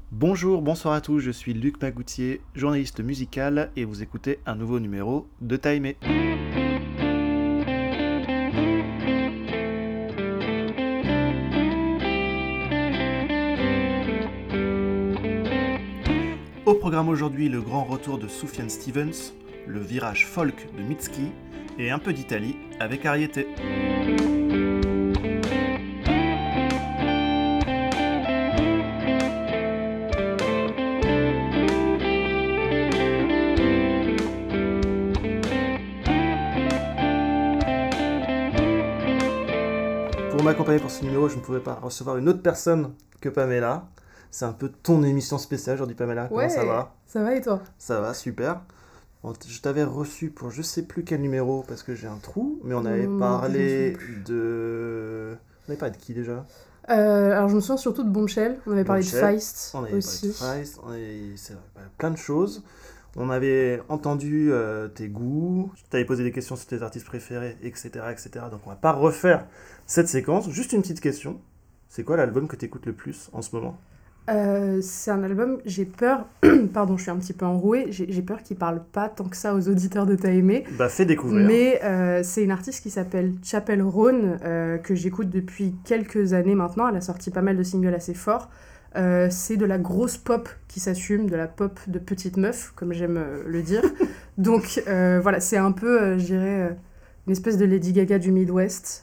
Bonjour, bonsoir à tous, je suis Luc Magoutier, journaliste musical et vous écoutez un nouveau numéro de Timé. Au programme aujourd'hui, le grand retour de Sufjan Stevens, le virage folk de Mitski et un peu d'Italie avec Ariete. Pour m'accompagner pour ce numéro, je ne pouvais pas recevoir une autre personne que Pamela. C'est un peu ton émission spéciale aujourd'hui, Pamela. Comment ça va ? Ça va et toi ? Ça va, super. Bon, je t'avais reçu pour je sais plus quel numéro parce que j'ai un trou, mais on avait parlé de... On avait parlé de qui déjà ? Alors je me souviens surtout de Bombshell, on avait parlé de Feist on avait aussi. Parlé de Feist, c'est vrai, plein de choses. On avait entendu tes goûts, tu t'avais posé des questions sur tes artistes préférés, etc., etc. Donc on va pas refaire cette séquence. Juste une petite question. C'est quoi l'album que tu écoutes le plus en ce moment ? C'est un album, j'ai peur, pardon je suis un petit peu enrouée, j'ai peur qu'il parle pas tant que ça aux auditeurs de T'as aimé. Bah fais découvrir. Mais c'est une artiste qui s'appelle Chappell Roan, que j'écoute depuis quelques années maintenant, elle a sorti pas mal de singles assez forts. C'est de la grosse pop qui s'assume, de la pop de petite meuf, comme j'aime le dire. Donc voilà, c'est un peu, je dirais, une espèce de Lady Gaga du Midwest.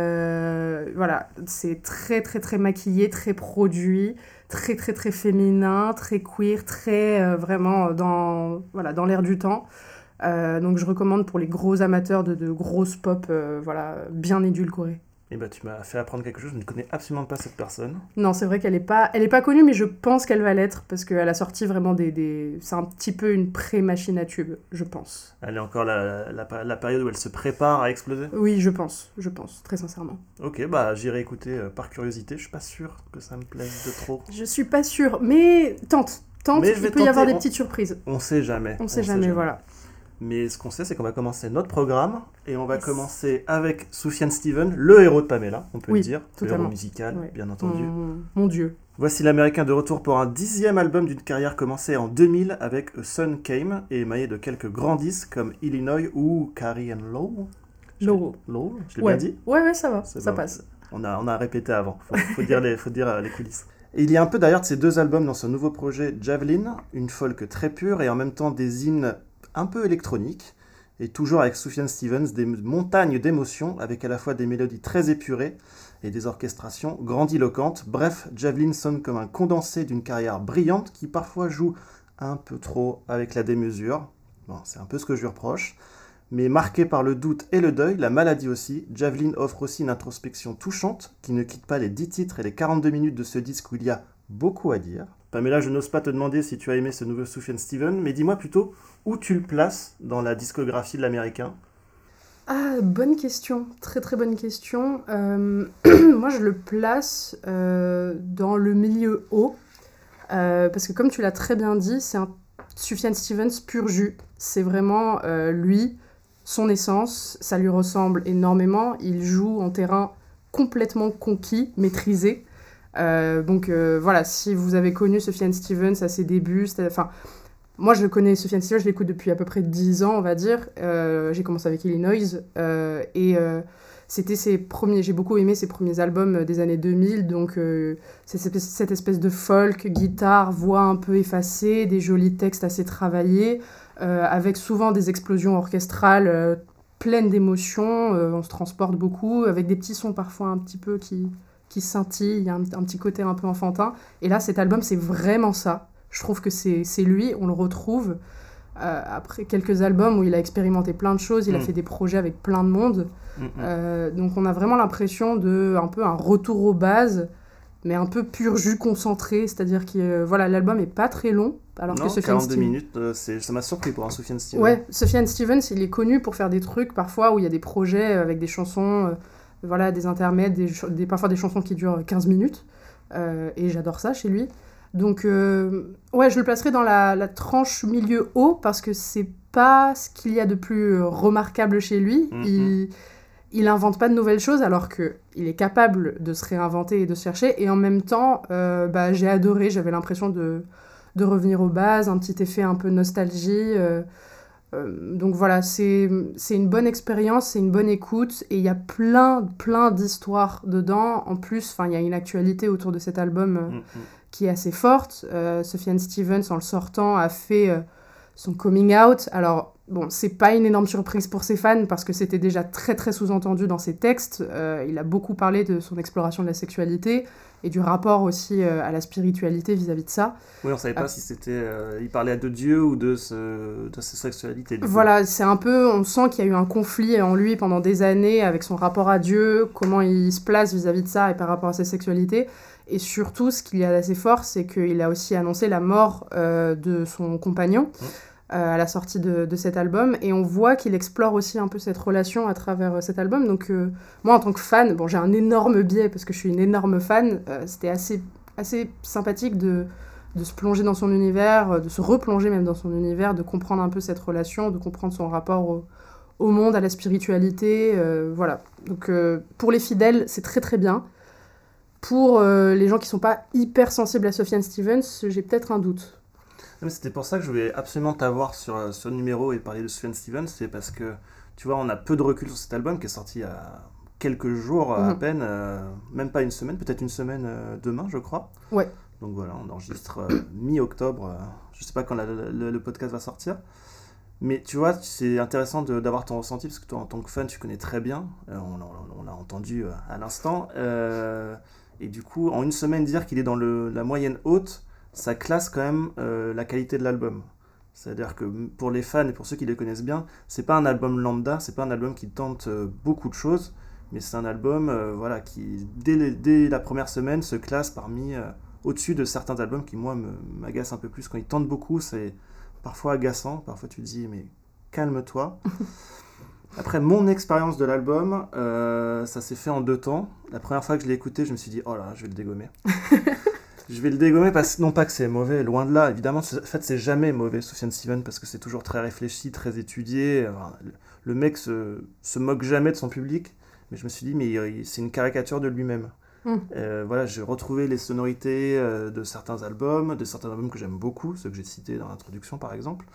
Voilà, c'est très très très maquillé, très produit, très très très féminin, très queer, très vraiment dans l'air du temps. Donc je recommande pour les gros amateurs de grosses pop bien édulcorées. Et bah tu m'as fait apprendre quelque chose, je ne connais absolument pas cette personne. Non, c'est vrai qu'elle est pas connue, mais je pense qu'elle va l'être, parce qu'elle a sorti vraiment c'est un petit peu une pré-machine à tube, je pense. Elle est encore la période où elle se prépare à exploser ? Oui, je pense, très sincèrement. Ok, bah j'irai écouter par curiosité, je suis pas sûr que ça me plaise de trop. Je suis pas sûre, mais tente, mais il peut y avoir des petites surprises. On sait jamais. On sait jamais, voilà. Mais ce qu'on sait, c'est qu'on va commencer notre programme, et on va commencer avec Sufjan Stevens, le héros de Pamela, on peut le dire, totalement. Le héros musical, bien entendu. Mon Dieu. Voici l'Américain de retour pour un 10e album d'une carrière commencée en 2000 avec A Sun Came, et émaillé de quelques grands disques comme Illinois ou Carrie and Low. Low. Je l'ai bien dit ? Ouais, ça va, ça passe. On a répété avant, faut dire les coulisses. Et il y a un peu d'ailleurs de ces deux albums dans son nouveau projet Javelin, une folk très pure et en même temps des hymnes un peu électroniques, et toujours avec Sufjan Stevens, des montagnes d'émotions avec à la fois des mélodies très épurées et des orchestrations grandiloquentes. Bref, Javelin sonne comme un condensé d'une carrière brillante qui parfois joue un peu trop avec la démesure. Bon, c'est un peu ce que je lui reproche. Mais marqué par le doute et le deuil, la maladie aussi, Javelin offre aussi une introspection touchante qui ne quitte pas les 10 titres et les 42 minutes de ce disque où il y a beaucoup à dire. Pamela, je n'ose pas te demander si tu as aimé ce nouveau Sufjan Stevens, mais dis-moi plutôt où tu le places dans la discographie de l'Américain. Ah, bonne question, très très bonne question. Moi je le place dans le milieu haut, parce que comme tu l'as très bien dit, c'est un Sufjan Stevens pur jus. C'est vraiment lui, son essence, ça lui ressemble énormément. Il joue en terrain complètement conquis, maîtrisé. Donc voilà, si vous avez connu Sufjan Stevens à ses débuts, moi je connais Sufjan Stevens, je l'écoute depuis à peu près 10 ans on va dire. J'ai commencé avec Illinois c'était ses premiers, j'ai beaucoup aimé ses premiers albums des années 2000, donc c'est cette espèce de folk, guitare, voix un peu effacée, des jolis textes assez travaillés, avec souvent des explosions orchestrales pleines d'émotions, on se transporte beaucoup, avec des petits sons parfois un petit peu qui scintille, il y a un petit côté un peu enfantin. Et là, cet album, c'est vraiment ça. Je trouve que c'est lui, on le retrouve après quelques albums où il a expérimenté plein de choses, il a fait des projets avec plein de monde. Donc on a vraiment l'impression de un peu un retour aux bases, mais un peu pur jus concentré, c'est-à-dire que l'album est pas très long. Alors non, que 42 minutes, ça m'a surpris pour un Sufjan Stevens. Ouais, Sufjan Stevens, il est connu pour faire des trucs parfois où il y a des projets avec des chansons... des intermèdes, parfois des chansons qui durent 15 minutes. Et j'adore ça chez lui. Donc, je le placerai dans la tranche milieu haut parce que c'est pas ce qu'il y a de plus remarquable chez lui. il invente pas de nouvelles choses alors qu'il est capable de se réinventer et de se chercher. Et en même temps, j'ai adoré, j'avais l'impression de revenir aux bases, un petit effet un peu nostalgie. Donc voilà, c'est une bonne expérience, c'est une bonne écoute. Et il y a plein d'histoires dedans. En plus, il y a une actualité autour de cet album qui est assez forte. Sufjan Stevens, en le sortant, a fait son coming out. Alors, bon, c'est pas une énorme surprise pour ses fans parce que c'était déjà très très sous-entendu dans ses textes. Il a beaucoup parlé de son exploration de la sexualité et du rapport aussi à la spiritualité vis-à-vis de ça. Oui, on savait pas si c'était... il parlait de Dieu ou de sa sexualité. Voilà, c'est un peu... On sent qu'il y a eu un conflit en lui pendant des années avec son rapport à Dieu, comment il se place vis-à-vis de ça et par rapport à sa sexualité. Et surtout, ce qu'il y a d'assez fort, c'est qu'il a aussi annoncé la mort de son compagnon à la sortie de cet album. Et on voit qu'il explore aussi un peu cette relation à travers cet album. Donc moi, en tant que fan, bon, j'ai un énorme biais parce que je suis une énorme fan. C'était assez sympathique de se plonger dans son univers, de se replonger même dans son univers, de comprendre un peu cette relation, de comprendre son rapport au monde, à la spiritualité. Voilà. Donc pour les fidèles, c'est très très bien. Pour les gens qui sont pas hyper sensibles à Sufjan Stevens, j'ai peut-être un doute. Non, mais c'était pour ça que je voulais absolument t'avoir sur ce numéro et parler de Sufjan Stevens. C'est parce que, tu vois, on a peu de recul sur cet album qui est sorti il y a quelques jours à peine, même pas une semaine, peut-être une semaine demain, je crois. Ouais. Donc voilà, on enregistre mi-octobre. Je sais pas quand le podcast va sortir. Mais tu vois, c'est intéressant d'avoir ton ressenti parce que toi, en tant que fan, tu connais très bien. On l'a entendu à l'instant. Et du coup, en une semaine, dire qu'il est dans la moyenne haute, ça classe quand même la qualité de l'album. C'est-à-dire que pour les fans et pour ceux qui les connaissent bien, c'est pas un album lambda, c'est pas un album qui tente beaucoup de choses, mais c'est un album qui, dès la première semaine, se classe parmi au-dessus de certains albums qui, moi, m'agacent un peu plus. Quand ils tentent beaucoup, c'est parfois agaçant. Parfois, tu te dis, mais calme-toi. Après, mon expérience de l'album, ça s'est fait en 2 temps. La première fois que je l'ai écouté, je me suis dit, oh là, je vais le dégommer. Je vais le dégommer parce non pas que c'est mauvais, loin de là. Évidemment, en fait, c'est jamais mauvais, Sufjan Stevens, parce que c'est toujours très réfléchi, très étudié. Enfin, le mec se moque jamais de son public. Mais je me suis dit, mais c'est une caricature de lui-même. J'ai retrouvé les sonorités de certains albums que j'aime beaucoup, ceux que j'ai cités dans l'introduction, par exemple.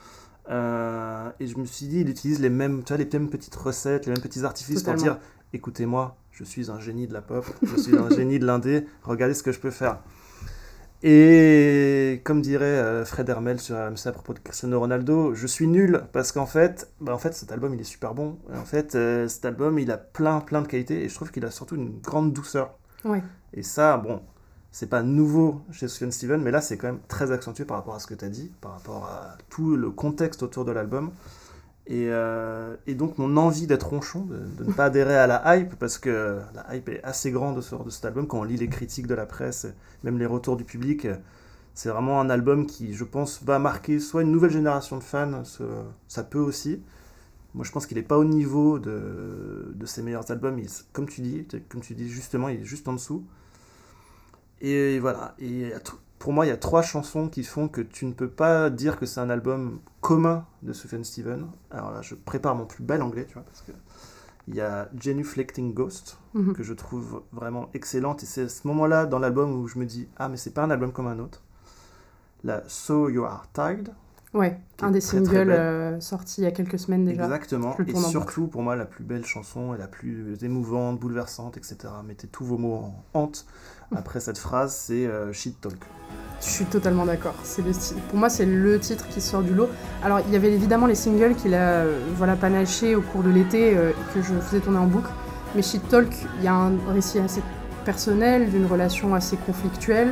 Et je me suis dit, il utilise les mêmes petites recettes, les mêmes petits artifices pour dire, écoutez-moi, je suis un génie de la pop, je suis un génie de l'indé, regardez ce que je peux faire. Et comme dirait Fred Hermel sur RMC à propos de Cristiano Ronaldo, je suis nul parce qu'en fait, cet album il est super bon. En fait, cet album il a plein de qualités et je trouve qu'il a surtout une grande douceur. Ouais. Et ça, bon, c'est pas nouveau chez Sufjan Stevens, mais là c'est quand même très accentué par rapport à ce que tu as dit, par rapport à tout le contexte autour de l'album. Et donc mon envie d'être ronchon, de ne pas adhérer à la hype, parce que la hype est assez grande de cet album, quand on lit les critiques de la presse, même les retours du public, c'est vraiment un album qui, je pense, va marquer soit une nouvelle génération de fans, ça peut aussi. Moi je pense qu'il n'est pas au niveau de ses meilleurs albums, comme tu dis justement, il est juste en dessous. Et voilà, et pour moi, il y a 3 chansons qui font que tu ne peux pas dire que c'est un album commun de Sufjan Stevens. Alors là, je prépare mon plus bel anglais, tu vois, parce que il y a Genuflecting Ghost, que je trouve vraiment excellente, et c'est à ce moment-là dans l'album où je me dis, ah, mais c'est pas un album comme un autre. La So You Are Tired. Ouais, un des singles sortis il y a quelques semaines déjà. Exactement, et surtout pour moi la plus belle chanson et la plus émouvante, bouleversante, etc. Mettez tous vos mots en hante après cette phrase, c'est Shit Talk. Je suis totalement d'accord, pour moi c'est le titre qui sort du lot. Alors il y avait évidemment les singles qu'il a panachés au cours de l'été et que je faisais tourner en boucle, mais Shit Talk, il y a un récit assez personnel, d'une relation assez conflictuelle,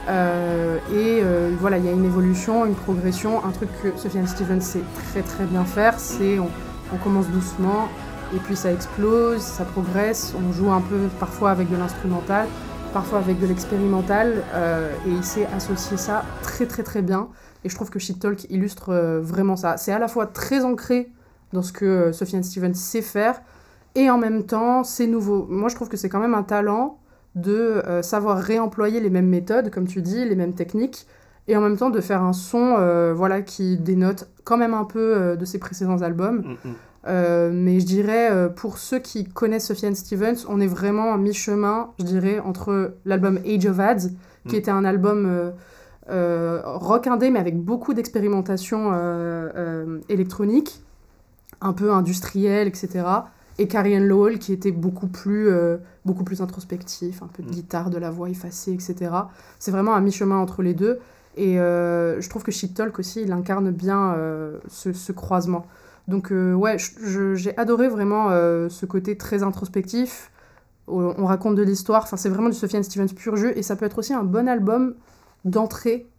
il y a une évolution, une progression, un truc que Sufjan Stevens sait très très bien faire, c'est on commence doucement, et puis ça explose, ça progresse, on joue un peu parfois avec de l'instrumental, parfois avec de l'expérimental, et il sait associer ça très très très bien, et je trouve que Shit Talk illustre vraiment ça. C'est à la fois très ancré dans ce que Sufjan Stevens sait faire, et en même temps c'est nouveau. Moi je trouve que c'est quand même un talent de savoir réemployer les mêmes méthodes, comme tu dis, les mêmes techniques, et en même temps de faire un son qui dénote quand même un peu de ses précédents albums. Mais je dirais, pour ceux qui connaissent Sufjan Stevens, on est vraiment à mi-chemin, je dirais, entre l'album Age of Ads, qui était un album rock indé, mais avec beaucoup d'expérimentation électronique, un peu industrielle, etc. Et Carrie Ann Lowell, qui était beaucoup plus introspectif, un peu de guitare, de la voix effacée, etc. C'est vraiment à mi-chemin entre les deux. Et je trouve que Shit Talk aussi, il incarne bien ce croisement. Donc ouais, j'ai adoré vraiment ce côté très introspectif. On raconte de l'histoire, enfin, c'est vraiment du Sufjan Stevens pur jus. Et ça peut être aussi un bon album d'entrée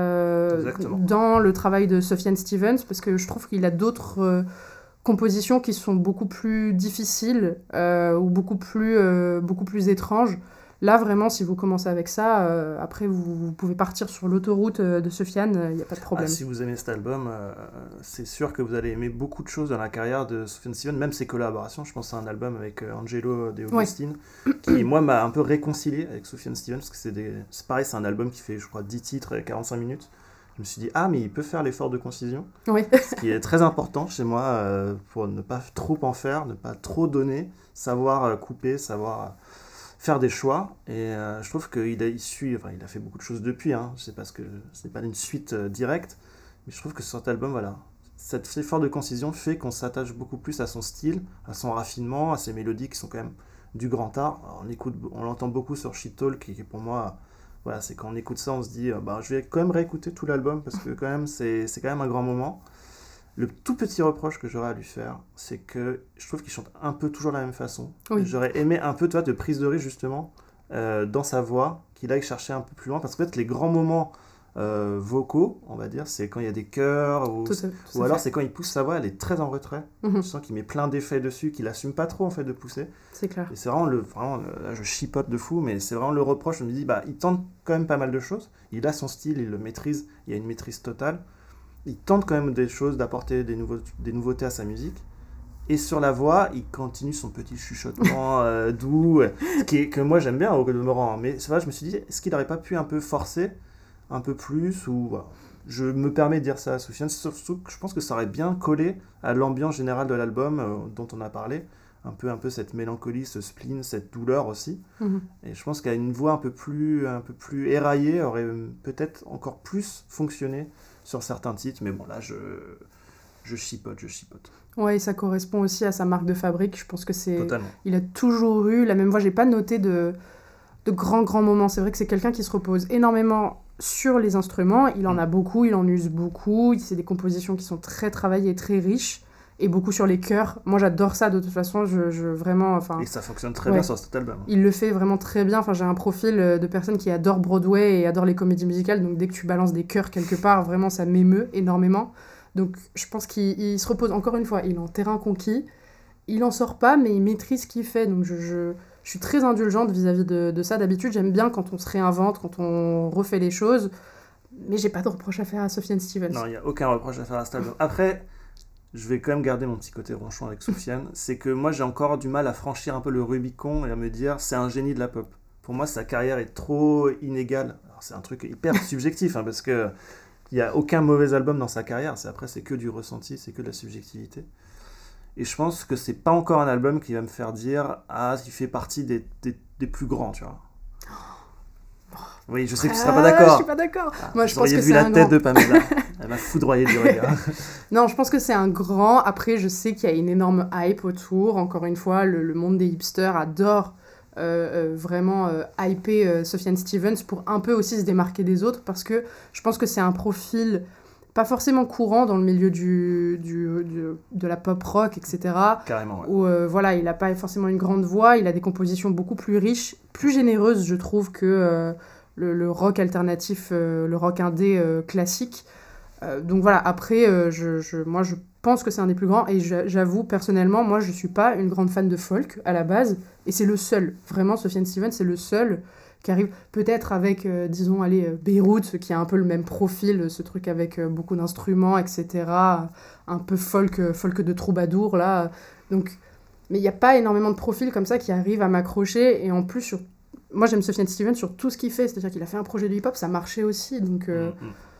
dans le travail de Sufjan Stevens, parce que je trouve qu'il a d'autres compositions qui sont beaucoup plus difficiles ou beaucoup plus étranges. Là, vraiment, si vous commencez avec ça, après, vous pouvez partir sur l'autoroute de Sufjan, il n'y a pas de problème. Si vous aimez cet album, c'est sûr que vous allez aimer beaucoup de choses dans la carrière de Sufjan Stevens, même ses collaborations. Je pense à un album avec Angelo De Augustine, qui, moi, m'a un peu réconcilié avec Sufjan Stevens, parce que c'est pareil, c'est un album qui fait, je crois, 10 titres et 45 minutes. Je me suis dit, mais il peut faire l'effort de concision, ce qui est très important chez moi, pour ne pas trop en faire, ne pas trop donner, savoir couper, savoir faire des choix. Et je trouve qu'il a fait beaucoup de choses depuis, c'est parce que ce n'est pas une suite directe, mais je trouve que sur cet album, voilà, cet effort de concision fait qu'on s'attache beaucoup plus à son style, à son raffinement, à ses mélodies qui sont quand même du grand art. Alors, on l'entend beaucoup sur Shit Talk, qui pour moi... Voilà, c'est quand on écoute ça, on se dit je vais quand même réécouter tout l'album parce que quand même c'est quand même un grand moment. Le tout petit reproche que j'aurais à lui faire, c'est que je trouve qu'il chante un peu toujours de la même façon. Oui. J'aurais aimé un peu de prise de risque justement dans sa voix, qu'il aille chercher un peu plus loin, parce que peut-être les grands moments vocaux, on va dire, c'est quand il y a des chœurs ou alors c'est quand il pousse sa voix, elle est très en retrait. Je sens qu'il met plein d'effets dessus, qu'il assume pas trop en fait de pousser. C'est clair. Et c'est vraiment là, je chipote de fou, mais c'est vraiment le reproche. Je me dis, il tente quand même pas mal de choses. Il a son style, il le maîtrise, il y a une maîtrise totale. Il tente quand même des choses, d'apporter des nouveautés à sa musique. Et sur la voix, il continue son petit chuchotement doux, que moi j'aime bien au demeurant. Mais c'est vrai, je me suis dit, est-ce qu'il n'aurait pas pu un peu forcer un peu plus ou je me permets de dire ça à Sufjan, surtout que je pense que ça aurait bien collé à l'ambiance générale de l'album dont on a parlé, un peu cette mélancolie, ce spleen, cette douleur aussi. Et je pense qu'une voix un peu plus éraillée aurait peut-être encore plus fonctionné sur certains titres, mais bon là je chipote. Ouais, ça correspond aussi à sa marque de fabrique. Je pense que c'est... Totalement. Il a toujours eu la même voix. J'ai pas noté de grands moments. C'est vrai que c'est quelqu'un qui se repose énormément sur les instruments. Il en a beaucoup, il en use beaucoup. C'est des compositions qui sont très travaillées, très riches. Et beaucoup sur les chœurs. Moi, j'adore ça, de toute façon. Vraiment... Et ça fonctionne très bien sur cet album. Il le fait vraiment très bien. J'ai un profil de personne qui adore Broadway et adore les comédies musicales. Donc, dès que tu balances des chœurs quelque part, vraiment, ça m'émeut énormément. Donc, je pense qu'il se repose. Encore une fois, il est en terrain conquis. Il en sort pas, mais il maîtrise ce qu'il fait. Donc, je suis très indulgente vis-à-vis de ça. D'habitude, j'aime bien quand on se réinvente, quand on refait les choses. Mais j'ai pas de reproche à faire à Sufjan Stevens. Non, il n'y a aucun reproche à faire à cet album. Après, je vais quand même garder mon petit côté ronchon avec Sufjan. C'est que moi, j'ai encore du mal à franchir un peu le Rubicon et à me dire, c'est un génie de la pop. Pour moi, sa carrière est trop inégale. Alors, c'est un truc hyper subjectif, parce que il n'y a aucun mauvais album dans sa carrière. Après, c'est que du ressenti, c'est que de la subjectivité. Et je pense que c'est pas encore un album qui va me faire dire il fait partie des plus grands, tu vois. Oui, je sais que tu seras pas d'accord. Je suis pas d'accord. Moi, je pense que vu la tête de Pamela. Elle m'a foudroyé du regard. Non, je pense que c'est un grand. Après, je sais qu'il y a une énorme hype autour. Encore une fois, le monde des hipsters adore vraiment hyper Sufjan Stevens pour un peu aussi se démarquer des autres, parce que je pense que c'est un profil pas forcément courant dans le milieu de la pop rock, etc. Carrément, ouais. Où voilà, il n'a pas forcément une grande voix, il a des compositions beaucoup plus riches, plus généreuses, je trouve, que le rock alternatif, le rock indé classique. Donc voilà, après, moi je pense que c'est un des plus grands, et j'avoue, personnellement, moi je suis pas une grande fan de folk à la base, et c'est le seul, vraiment, Sufjan Stevens, c'est le seul qui arrive, peut-être avec, disons, Beyrouth, qui a un peu le même profil, ce truc avec beaucoup d'instruments, etc., un peu folk de troubadour, là. Donc, mais il n'y a pas énormément de profils comme ça qui arrivent à m'accrocher, et en plus, moi j'aime Sufjan Stevens sur tout ce qu'il fait, c'est-à-dire qu'il a fait un projet de hip-hop, ça marchait aussi, donc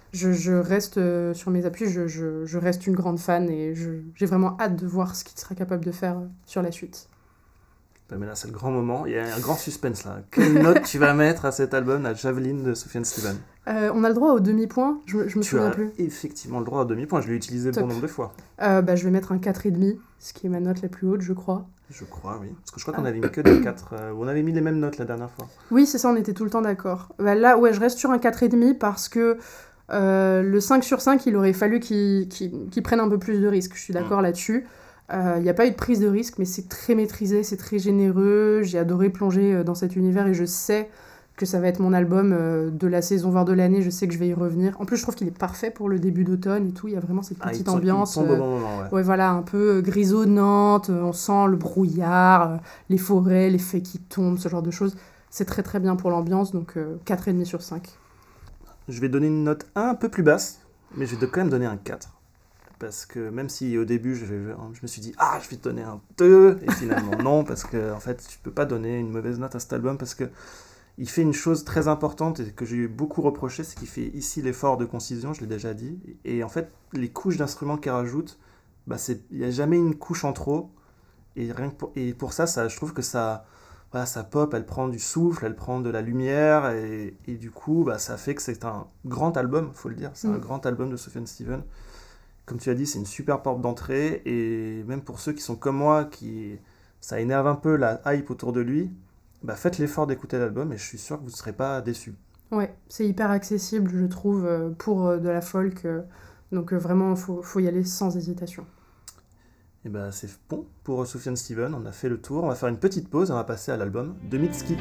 je reste sur mes appuis, je reste une grande fan et j'ai vraiment hâte de voir ce qu'il sera capable de faire sur la suite. Mais là, c'est le grand moment. Il y a un grand suspense là. Quelle note tu vas mettre à cet album, à Javelin de Sufjan Stevens? On a le droit au demi-point, je me souviens plus. Tu as effectivement le droit au demi-point, je l'ai utilisé bon nombre de fois. Je vais mettre un 4,5, ce qui est ma note la plus haute, je crois. Je crois, oui. Parce que je crois qu'on avait mis que des 4. On avait mis les mêmes notes la dernière fois. Oui, c'est ça, on était tout le temps d'accord. Là, ouais, je reste sur un 4,5 parce que le 5 sur 5, il aurait fallu qu'il prenne un peu plus de risques. Je suis d'accord là-dessus. Il n'y a pas eu de prise de risque, mais c'est très maîtrisé, c'est très généreux. J'ai adoré plonger dans cet univers et je sais que ça va être mon album de la saison, voire de l'année. Je sais que je vais y revenir. En plus, je trouve qu'il est parfait pour le début d'automne et tout. Il y a vraiment cette petite ambiance. Il tombe au bon moment, ouais. Ouais, voilà, un peu grisonnante. On sent le brouillard, les forêts, les feuilles qui tombent, ce genre de choses. C'est très très bien pour l'ambiance, donc 4,5 sur 5. Je vais donner une note un peu plus basse, mais je vais quand même donner un 4. Parce que même si au début je me suis dit je vais te donner un 2 et finalement non, parce que en fait tu peux pas donner une mauvaise note à cet album parce que il fait une chose très importante et que j'ai beaucoup reproché, c'est qu'il fait ici l'effort de concision, je l'ai déjà dit, et en fait les couches d'instruments qu'il rajoute, il n'y a jamais une couche en trop, et rien que pour ça, je trouve que ça pop, elle prend du souffle, elle prend de la lumière, et du coup ça fait que c'est un grand album, faut le dire, c'est un grand album de Sufjan Stevens. Comme tu as dit, c'est une super porte d'entrée, et même pour ceux qui sont comme moi, ça énerve un peu la hype autour de lui, faites l'effort d'écouter l'album et je suis sûr que vous ne serez pas déçus. Ouais, c'est hyper accessible, je trouve, pour de la folk, donc vraiment, faut y aller sans hésitation. Et c'est bon pour Sufjan Stevens, on a fait le tour, on va faire une petite pause et on va passer à l'album de Mitski.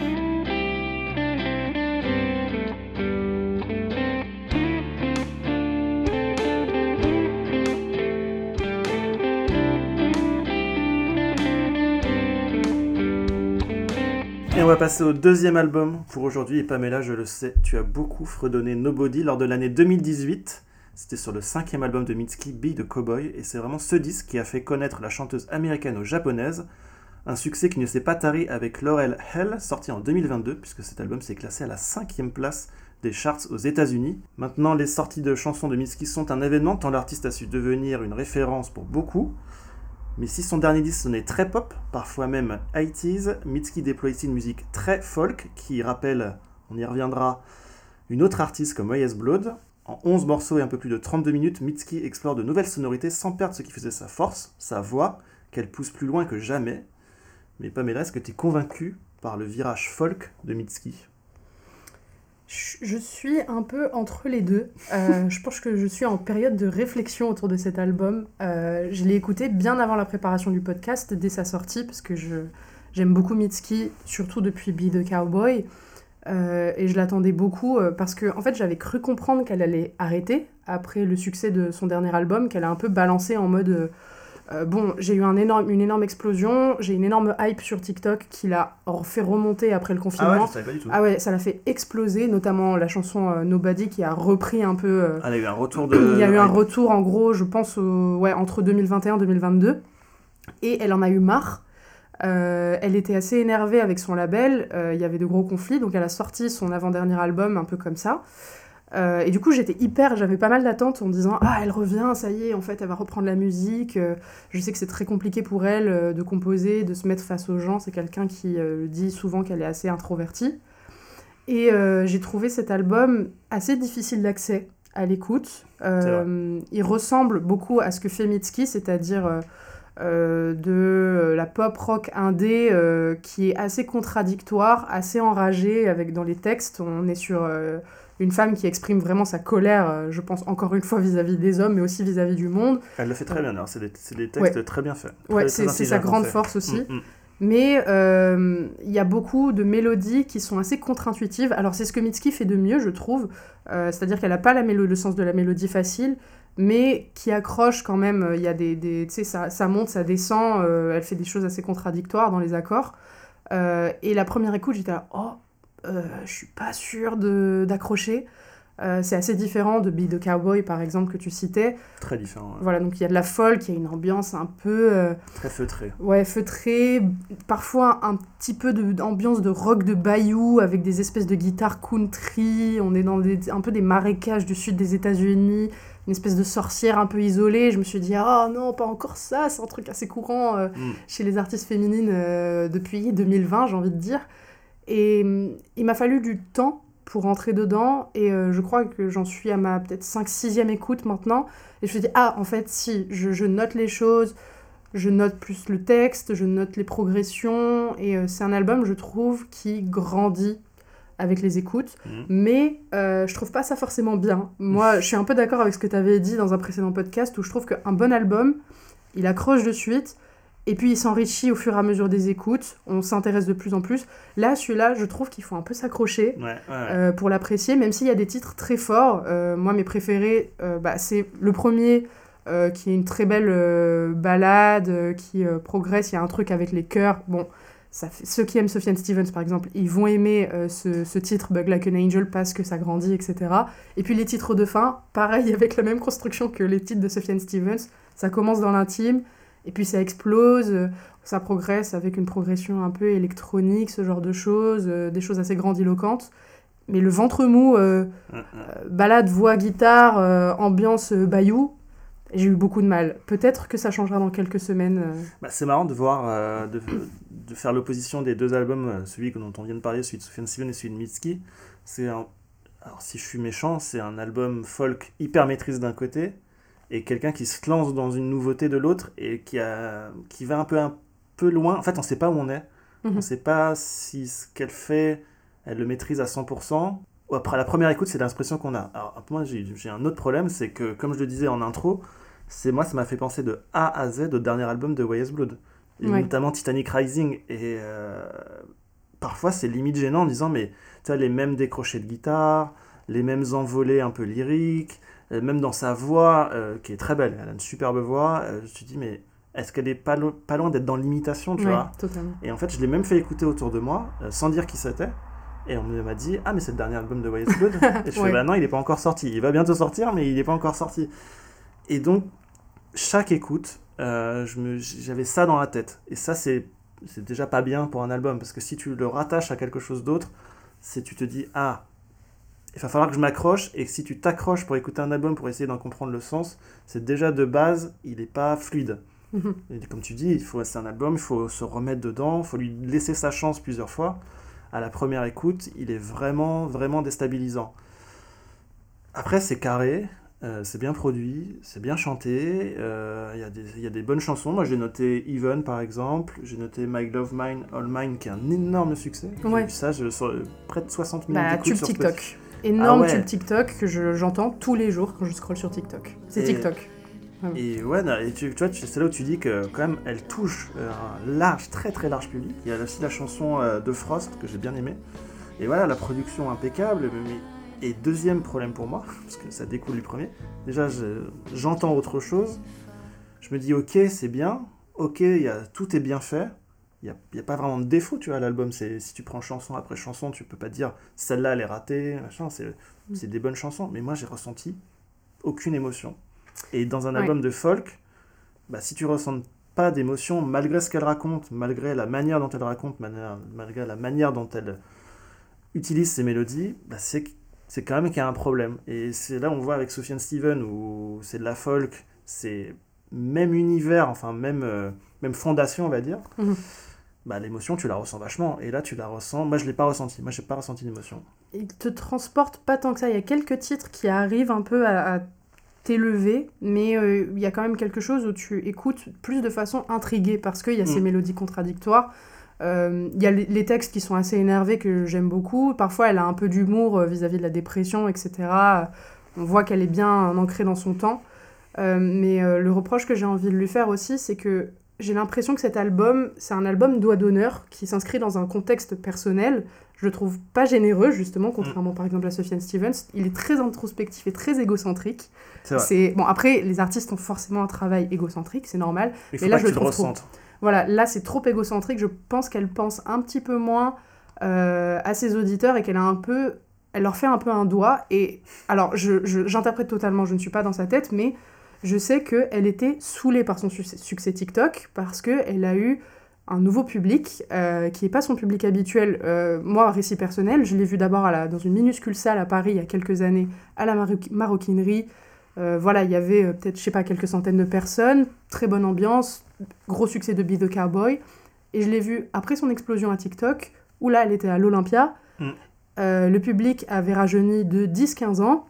Et on va passer au deuxième album pour aujourd'hui. Et Pamela, je le sais, tu as beaucoup fredonné Nobody lors de l'année 2018. C'était sur le 5e album de Mitski, Be the Cowboy. Et c'est vraiment ce disque qui a fait connaître la chanteuse américano-japonaise. Un succès qui ne s'est pas tari avec Laurel Hell, sorti en 2022, puisque cet album s'est classé à la 5e place des charts aux États-Unis. Maintenant, les sorties de chansons de Mitski sont un événement, tant l'artiste a su devenir une référence pour beaucoup. Mais si son dernier disque sonnait très pop, parfois même 80s, Mitski déploie ici une musique très folk qui rappelle, on y reviendra, une autre artiste comme Weyes Blood. En 11 morceaux et un peu plus de 32 minutes, Mitski explore de nouvelles sonorités sans perdre ce qui faisait sa force, sa voix, qu'elle pousse plus loin que jamais. Mais Pamela, est-ce que tu es convaincue par le virage folk de Mitski ? Je suis un peu entre les deux. Je pense que je suis en période de réflexion autour de cet album. Je l'ai écouté bien avant la préparation du podcast, dès sa sortie, parce que j'aime beaucoup Mitski, surtout depuis Be the Cowboy. Et je l'attendais beaucoup parce que en fait, j'avais cru comprendre qu'elle allait arrêter après le succès de son dernier album, qu'elle a un peu balancé en mode... j'ai eu une énorme explosion, j'ai une énorme hype sur TikTok qui l'a fait remonter après le confinement. Ah ouais, je savais pas du tout. Ah ouais, ça l'a fait exploser, notamment la chanson Nobody qui a repris un peu... Elle a eu un retour Il y a eu un retour en gros, je pense, entre 2021 et 2022. Et elle en a eu marre. Elle était assez énervée avec son label, il y avait de gros conflits, donc elle a sorti son avant-dernier album un peu comme ça. Et du coup, j'avais pas mal d'attentes en me disant « Ah, elle revient, ça y est, en fait, elle va reprendre la musique. » Je sais que c'est très compliqué pour elle de composer, de se mettre face aux gens. C'est quelqu'un qui dit souvent qu'elle est assez introvertie. Et j'ai trouvé cet album assez difficile d'accès à l'écoute. Il ressemble beaucoup à ce que fait Mitski, c'est-à-dire de la pop rock indé qui est assez contradictoire, assez enragée dans les textes. On est sur... une femme qui exprime vraiment sa colère, je pense encore une fois vis-à-vis des hommes, mais aussi vis-à-vis du monde. Elle le fait très bien, alors c'est des textes très bien faits. C'est sa grande force aussi. Mais il y a beaucoup de mélodies qui sont assez contre-intuitives. Alors c'est ce que Mitski fait de mieux, je trouve. C'est-à-dire qu'elle n'a pas le sens de la mélodie facile, mais qui accroche quand même. Il y a tu sais, ça monte, ça descend. Elle fait des choses assez contradictoires dans les accords. Et la première écoute, j'étais là, je suis pas sûre d'accrocher. C'est assez différent de Be the Cowboy, par exemple, que tu citais. Très différent. Ouais. Voilà, donc il y a de la folk, il y a une ambiance un peu... Très feutrée. Ouais, feutrée, parfois un petit peu d'ambiance de rock de bayou, avec des espèces de guitares country, on est dans un peu des marécages du sud des États-Unis, une espèce de sorcière un peu isolée. Je me suis dit, ah non, pas encore ça, c'est un truc assez courant chez les artistes féminines depuis 2020, j'ai envie de dire. Et il m'a fallu du temps pour rentrer dedans, et je crois que j'en suis à ma peut-être 5-6e écoute maintenant, et je me suis dit, ah, en fait, si, je note les choses, je note plus le texte, je note les progressions, et c'est un album, je trouve, qui grandit avec les écoutes, mais je trouve pas ça forcément bien. Moi, je suis un peu d'accord avec ce que tu avais dit dans un précédent podcast, où je trouve qu'un bon album, il accroche de suite, et puis il s'enrichit au fur et à mesure des écoutes, on s'intéresse de plus en plus. Là, celui-là, je trouve qu'il faut un peu s'accrocher pour l'apprécier, même s'il y a des titres très forts. Moi, mes préférés, c'est le premier, qui est une très belle ballade, qui progresse. Il y a un truc avec les chœurs. Bon, ceux qui aiment Sufjan Stevens, par exemple, ils vont aimer ce titre, Bug Like an Angel, parce que ça grandit, etc. Et puis les titres de fin, pareil, avec la même construction que les titres de Sufjan Stevens. Ça commence dans l'intime, et puis ça explose, ça progresse avec une progression un peu électronique, ce genre de choses, des choses assez grandiloquentes. Mais le ventre mou, ballade, voix, guitare, ambiance bayou, j'ai eu beaucoup de mal. Peut-être que ça changera dans quelques semaines. C'est marrant de voir, de faire l'opposition des deux albums, celui dont on vient de parler, celui de Sufjan Stevens et celui de Mitski. Alors si je suis méchant, c'est un album folk hyper maîtrise d'un côté, et quelqu'un qui se lance dans une nouveauté de l'autre, et qui va un peu loin. En fait, on ne sait pas où on est. On ne sait pas si ce qu'elle fait, elle le maîtrise à 100%. Après la première écoute, c'est l'impression qu'on a. Alors moi, j'ai un autre problème, c'est que, comme je le disais en intro, ça m'a fait penser de A à Z au dernier album de Weyes Blood, et notamment Titanic Rising. Et parfois, c'est limite gênant en disant, mais tu as les mêmes décrochés de guitare, les mêmes envolées un peu lyriques, même dans sa voix, qui est très belle, elle a une superbe voix, je me suis dit, mais est-ce qu'elle est pas loin d'être dans l'imitation, tu vois ? Totalement. Et en fait, je l'ai même fait écouter autour de moi, sans dire qui c'était, et on m'a dit, ah mais c'est le dernier album de Weyes Blood. Et je fais, bah non, il n'est pas encore sorti, il va bientôt sortir, mais il n'est pas encore sorti. Et donc, chaque écoute, j'avais ça dans la tête, et ça c'est déjà pas bien pour un album, parce que si tu le rattaches à quelque chose d'autre, tu te dis, ah, il va falloir que je m'accroche, et si tu t'accroches pour écouter un album, pour essayer d'en comprendre le sens, c'est déjà de base, il n'est pas fluide. Et comme tu dis, c'est un album, il faut se remettre dedans, il faut lui laisser sa chance plusieurs fois. À la première écoute, il est vraiment, vraiment déstabilisant. Après, c'est carré, c'est bien produit, c'est bien chanté, il y a des bonnes chansons. Moi, j'ai noté Even, par exemple, j'ai noté My Love Mine, All Mine, qui est un énorme succès. J'ai vu ça, près de 60 minutes d'écoute tube sur TikTok. Spotify. Énorme tube TikTok que j'entends tous les jours quand je scrolle sur TikTok. C'est TikTok. Et tu vois, c'est là où tu dis que quand même elle touche un large, très très large public. Il y a aussi la chanson de Frost que j'ai bien aimée. Et voilà, la production impeccable. Et deuxième problème pour moi, parce que ça découle du premier, déjà j'entends autre chose. Je me dis ok, c'est bien, ok, tout est bien fait. Il n'y a pas vraiment de défaut, tu vois, à l'album. Si tu prends chanson après chanson, tu peux pas dire celle-là elle est ratée, machin, c'est des bonnes chansons. Mais moi j'ai ressenti aucune émotion. Et dans un album de folk, si tu ressens pas d'émotion, malgré ce qu'elle raconte, malgré la manière dont elle raconte, malgré la manière dont elle utilise ses mélodies, c'est quand même qu'il y a un problème. Et c'est là où on voit avec Sufjan Stevens, où c'est de la folk, c'est même univers, enfin même fondation, on va dire. L'émotion, tu la ressens vachement. Et là, tu la ressens. Moi, je l'ai pas ressenti. Moi, j'ai pas ressenti d'émotion. Il te transporte pas tant que ça. Il y a quelques titres qui arrivent un peu à t'élever, mais il y a quand même quelque chose où tu écoutes plus de façon intriguée, parce qu'il y a ces mélodies contradictoires. Il y a les textes qui sont assez énervés, que j'aime beaucoup. Parfois, elle a un peu d'humour vis-à-vis de la dépression, etc. On voit qu'elle est bien ancrée dans son temps. Mais le reproche que j'ai envie de lui faire aussi, c'est que j'ai l'impression que cet album, c'est un album doigt d'honneur qui s'inscrit dans un contexte personnel. Je le trouve pas généreux, justement, contrairement par exemple à Sufjan Stevens. Il est très introspectif et très égocentrique. C'est vrai. Bon, après, les artistes ont forcément un travail égocentrique, c'est normal. Il faut mais là, que tu le ressentes. Voilà, là, c'est trop égocentrique. Je pense qu'elle pense un petit peu moins à ses auditeurs, et qu'elle a un peu... elle leur fait un peu un doigt. Et alors, j'interprète totalement, je ne suis pas dans sa tête, mais je sais qu'elle était saoulée par son succès TikTok parce qu'elle a eu un nouveau public qui n'est pas son public habituel. Moi, récit personnel, je l'ai vu d'abord dans une minuscule salle à Paris il y a quelques années, à la maroquinerie. Voilà, il y avait peut-être, je sais pas, quelques centaines de personnes, très bonne ambiance, gros succès de Be The Cowboy. Et je l'ai vu après son explosion à TikTok, où là, elle était à l'Olympia. Le public avait rajeuni de 10-15 ans,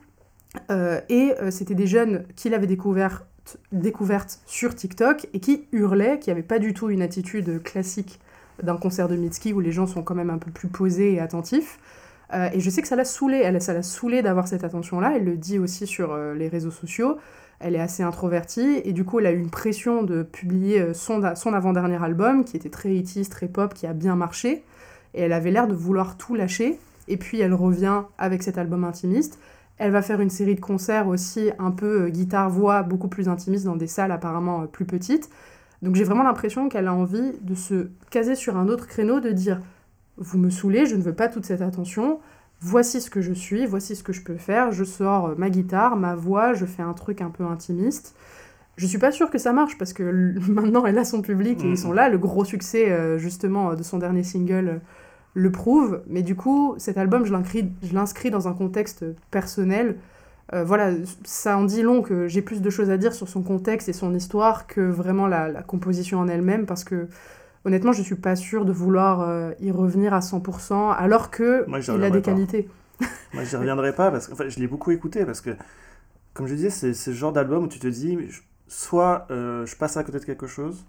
et c'était des jeunes qui l'avaient découverte sur TikTok et qui hurlaient, qui n'avaient pas du tout une attitude classique d'un concert de Mitski où les gens sont quand même un peu plus posés et attentifs. Et je sais que ça l'a saoulée, ça l'a saoulée d'avoir cette attention-là, elle le dit aussi sur les réseaux sociaux, elle est assez introvertie, et du coup elle a eu une pression de publier son avant-dernier album, qui était très hitiste, très pop, qui a bien marché, et elle avait l'air de vouloir tout lâcher, et puis elle revient avec cet album intimiste. Elle va faire une série de concerts aussi, un peu guitare-voix, beaucoup plus intimistes, dans des salles apparemment plus petites. Donc j'ai vraiment l'impression qu'elle a envie de se caser sur un autre créneau, de dire « Vous me saoulez, je ne veux pas toute cette attention, voici ce que je suis, voici ce que je peux faire, je sors ma guitare, ma voix, je fais un truc un peu intimiste. » Je suis pas sûre que ça marche, parce que maintenant elle a son public et ils sont là. Le gros succès justement de son dernier single le prouve, mais du coup cet album je l'inscris dans un contexte personnel. Voilà, ça en dit long que j'ai plus de choses à dire sur son contexte et son histoire que vraiment la composition en elle-même, parce que honnêtement je suis pas sûre de vouloir y revenir à 100%, alors que il a des qualités. Moi j'y reviendrai pas, parce que je l'ai beaucoup écouté, parce que comme je disais, c'est ce genre d'album où tu te dis soit je passe à côté de quelque chose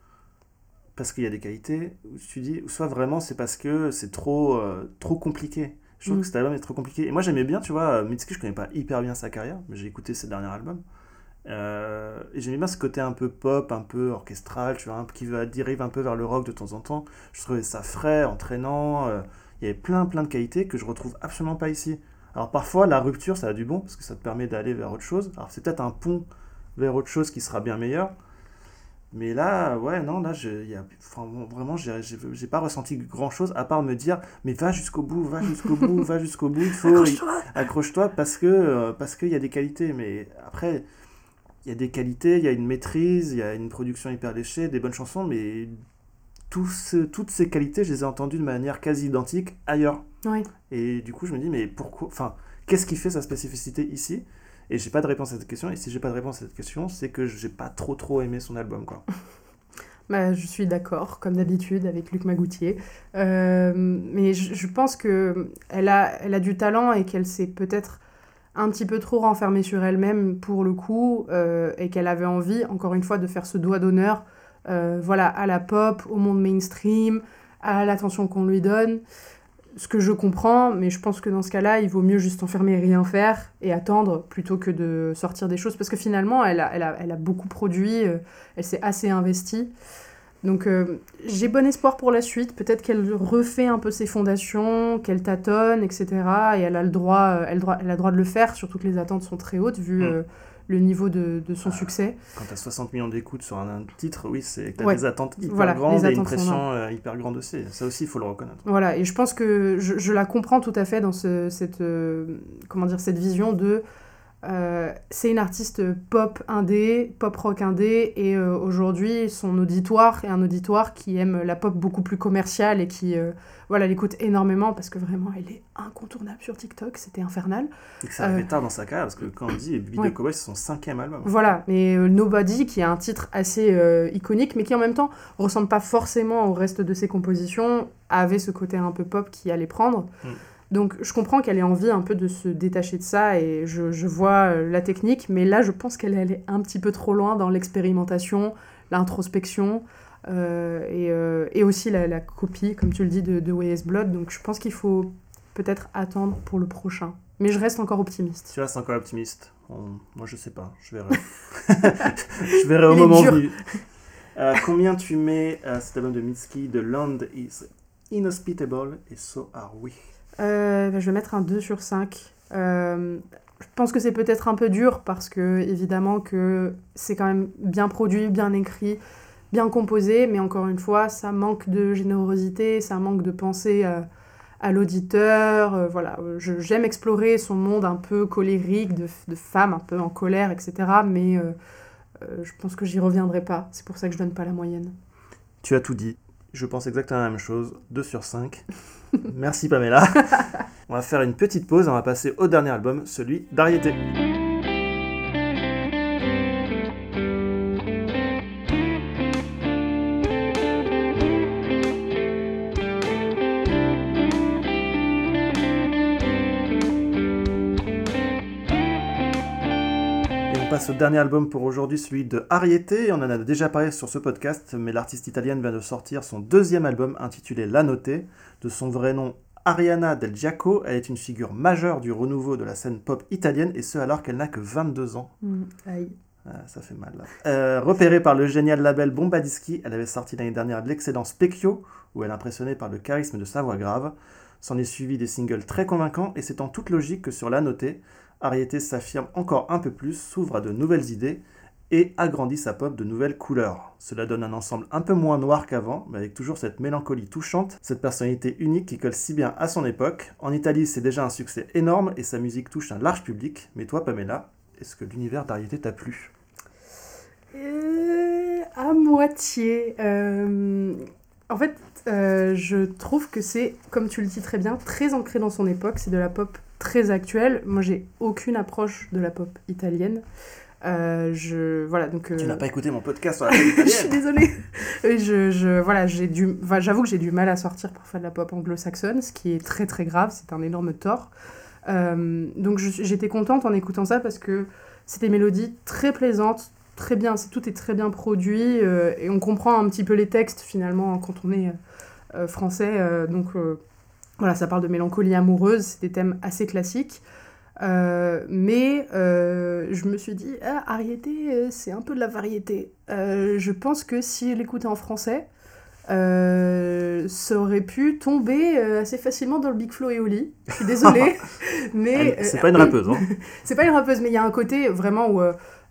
parce qu'il y a des qualités, où tu dis, soit vraiment c'est parce que c'est trop compliqué. Je trouve que cet album est trop compliqué. Et moi j'aimais bien, tu vois, Mitski, je connais pas hyper bien sa carrière, mais j'ai écouté ses derniers albums. Et j'aimais bien ce côté un peu pop, un peu orchestral, tu vois, qui dérive un peu vers le rock de temps en temps. Je trouvais ça frais, entraînant. Il y avait plein de qualités que je retrouve absolument pas ici. Alors parfois la rupture ça a du bon, parce que ça te permet d'aller vers autre chose. Alors c'est peut-être un pont vers autre chose qui sera bien meilleur. Mais là, ouais, non, là, vraiment, j'ai pas ressenti grand-chose, à part me dire, mais va jusqu'au bout, va jusqu'au bout, va jusqu'au bout, accroche-toi, parce qu'il y a des qualités. Mais après, il y a des qualités, il y a une maîtrise, il y a une production hyper léchée, des bonnes chansons, mais toutes ces qualités, je les ai entendues de manière quasi identique ailleurs. Oui. Et du coup, je me dis, mais pourquoi, qu'est-ce qui fait sa spécificité ici ? Et j'ai pas de réponse à cette question, et si j'ai pas de réponse à cette question, c'est que j'ai pas trop aimé son album, quoi. Bah, je suis d'accord, comme d'habitude, avec Luc Magoutier. Mais je pense qu'elle a du talent et qu'elle s'est peut-être un petit peu trop renfermée sur elle-même, pour le coup, et qu'elle avait envie, encore une fois, de faire ce doigt d'honneur voilà, à la pop, au monde mainstream, à l'attention qu'on lui donne. Ce que je comprends, mais je pense que dans ce cas-là, il vaut mieux juste enfermer et rien faire et attendre plutôt que de sortir des choses. Parce que finalement, elle a beaucoup produit, elle s'est assez investie. Donc j'ai bon espoir pour la suite. Peut-être qu'elle refait un peu ses fondations, qu'elle tâtonne, etc. Et elle a le droit de le faire, surtout que les attentes sont très hautes vu le niveau de son succès. Quand tu as 60 millions d'écoutes sur un titre, oui, c'est que tu as des attentes hyper voilà, grandes et une pression hyper grande aussi. Ça aussi, il faut le reconnaître. Voilà, et je pense que je la comprends tout à fait dans cette vision de... c'est une artiste pop indé, pop rock indé, et aujourd'hui son auditoire est un auditoire qui aime la pop beaucoup plus commerciale et qui l'écoute énormément parce que vraiment elle est incontournable sur TikTok, c'était infernal. Et que ça arrivait tard dans sa carrière, parce que quand on dit Be The Cowboy, c'est son 5e album. Voilà, mais Nobody, qui est un titre assez iconique, mais qui en même temps ressemble pas forcément au reste de ses compositions, avait ce côté un peu pop qui allait prendre. Donc je comprends qu'elle ait envie un peu de se détacher de ça, et je vois la technique, mais là je pense qu'elle est allée un petit peu trop loin dans l'expérimentation, l'introspection, et aussi la copie, comme tu le dis, de Way Is Blood. Donc je pense qu'il faut peut-être attendre pour le prochain. Mais je reste encore optimiste. Tu restes encore optimiste. Moi je sais pas, je verrai. Je verrai au moment venu. Combien tu mets cet album de Mitski, The Land is Inhospitable et So Are We? Je vais mettre un 2 sur 5. Je pense que c'est peut-être un peu dur parce que, évidemment, que c'est quand même bien produit, bien écrit, bien composé, mais encore une fois, ça manque de générosité, ça manque de pensée à l'auditeur. Voilà, j'aime explorer son monde un peu colérique, de femme un peu en colère, etc. Mais je pense que j'y reviendrai pas. C'est pour ça que je donne pas la moyenne. Tu as tout dit. Je pense exactement la même chose. 2 sur 5. Merci Pamela. On va faire une petite pause et on va passer au dernier album, celui d'Ariété. Passe au dernier album pour aujourd'hui, celui de Ariété. On en a déjà parlé sur ce podcast, mais l'artiste italienne vient de sortir son 2e album intitulé La Notte. De son vrai nom, Arianna Del Giaco, elle est une figure majeure du renouveau de la scène pop italienne, et ce alors qu'elle n'a que 22 ans. Aïe. Ça fait mal là. Repérée par le génial label Bombadischi, elle avait sorti l'année dernière l'excellent Specchio, où elle impressionnait par le charisme de sa voix grave. S'en est suivi des singles très convaincants, et c'est en toute logique que sur La Notte, Ariété s'affirme encore un peu plus, s'ouvre à de nouvelles idées et agrandit sa pop de nouvelles couleurs. Cela donne un ensemble un peu moins noir qu'avant, mais avec toujours cette mélancolie touchante, cette personnalité unique qui colle si bien à son époque. En Italie, c'est déjà un succès énorme et sa musique touche un large public. Mais toi, Pamela, est-ce que l'univers d'Ariété t'a plu ? À moitié. En fait, je trouve que c'est, comme tu le dis très bien, très ancré dans son époque. C'est de la pop très actuelle. Moi, j'ai aucune approche de la pop italienne. Voilà, donc, Tu n'as pas écouté mon podcast sur la pop italienne. Je suis désolée. Voilà, j'avoue que j'ai du mal à sortir parfois de la pop anglo-saxonne, ce qui est très très grave, c'est un énorme tort. Donc j'étais contente en écoutant ça parce que c'est des mélodies très plaisantes, très bien, tout est très bien produit, et on comprend un petit peu les textes finalement quand on est français. Voilà, ça parle de mélancolie amoureuse, c'est des thèmes assez classiques. Mais je me suis dit, Ariété, c'est un peu de la variété. Je pense que si elle écoutait en français, ça aurait pu tomber assez facilement dans le Big Flo et Oli. Je suis désolée, mais... C'est pas une rappeuse, hein. C'est pas une rappeuse, mais il y a un côté vraiment où...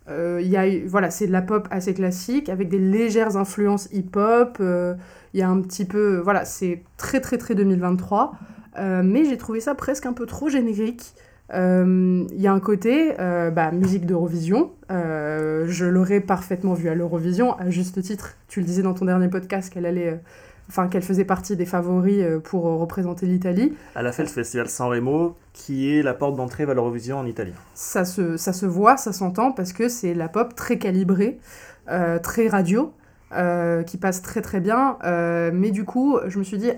voilà, c'est de la pop assez classique, avec des légères influences hip-hop. Il y a un petit peu... Voilà, c'est très très très 2023. Mais j'ai trouvé ça presque un peu trop générique. Il y a un côté musique d'Eurovision. Je l'aurais parfaitement vue à l'Eurovision, à juste titre. Tu le disais dans ton dernier podcast qu'elle faisait partie des favoris pour représenter l'Italie. Elle a fait le festival Sanremo, qui est la porte d'entrée vers l'Eurovision en Italie. Ça se voit, ça s'entend, parce que c'est la pop très calibrée, très radio, qui passe très très bien. Mais du coup, je me suis dit,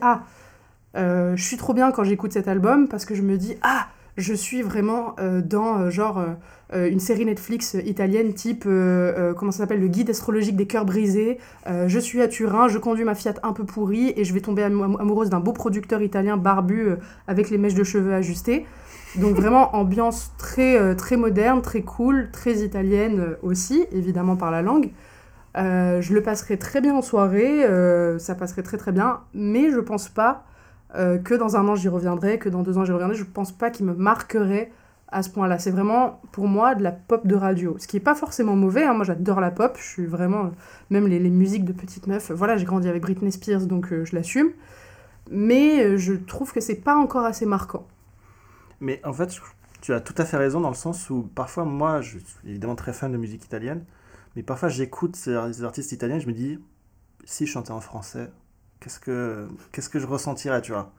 je suis trop bien quand j'écoute cet album, parce que je me dis, je suis vraiment dans une série Netflix italienne type, comment ça s'appelle, le guide astrologique des cœurs brisés. Je suis à Turin, je conduis ma Fiat un peu pourrie et je vais tomber amoureuse d'un beau producteur italien barbu avec les mèches de cheveux ajustées. Donc vraiment ambiance très, très moderne, très cool, très italienne aussi, évidemment par la langue. Je le passerai très bien en soirée, ça passerait très très bien, mais je pense pas que dans 1 an j'y reviendrai, que dans 2 ans j'y reviendrai. Je pense pas qu'il me marquerait à ce point-là. C'est vraiment, pour moi, de la pop de radio. Ce qui est pas forcément mauvais, hein. Moi j'adore la pop, je suis vraiment... Même les musiques de petites meufs, voilà, j'ai grandi avec Britney Spears, donc je l'assume. Mais je trouve que c'est pas encore assez marquant. Mais en fait, tu as tout à fait raison dans le sens où parfois, moi, je suis évidemment très fan de musique italienne, mais parfois j'écoute ces artistes italiens et je me dis, si je chantais en français, qu'est-ce que je ressentirais, tu vois.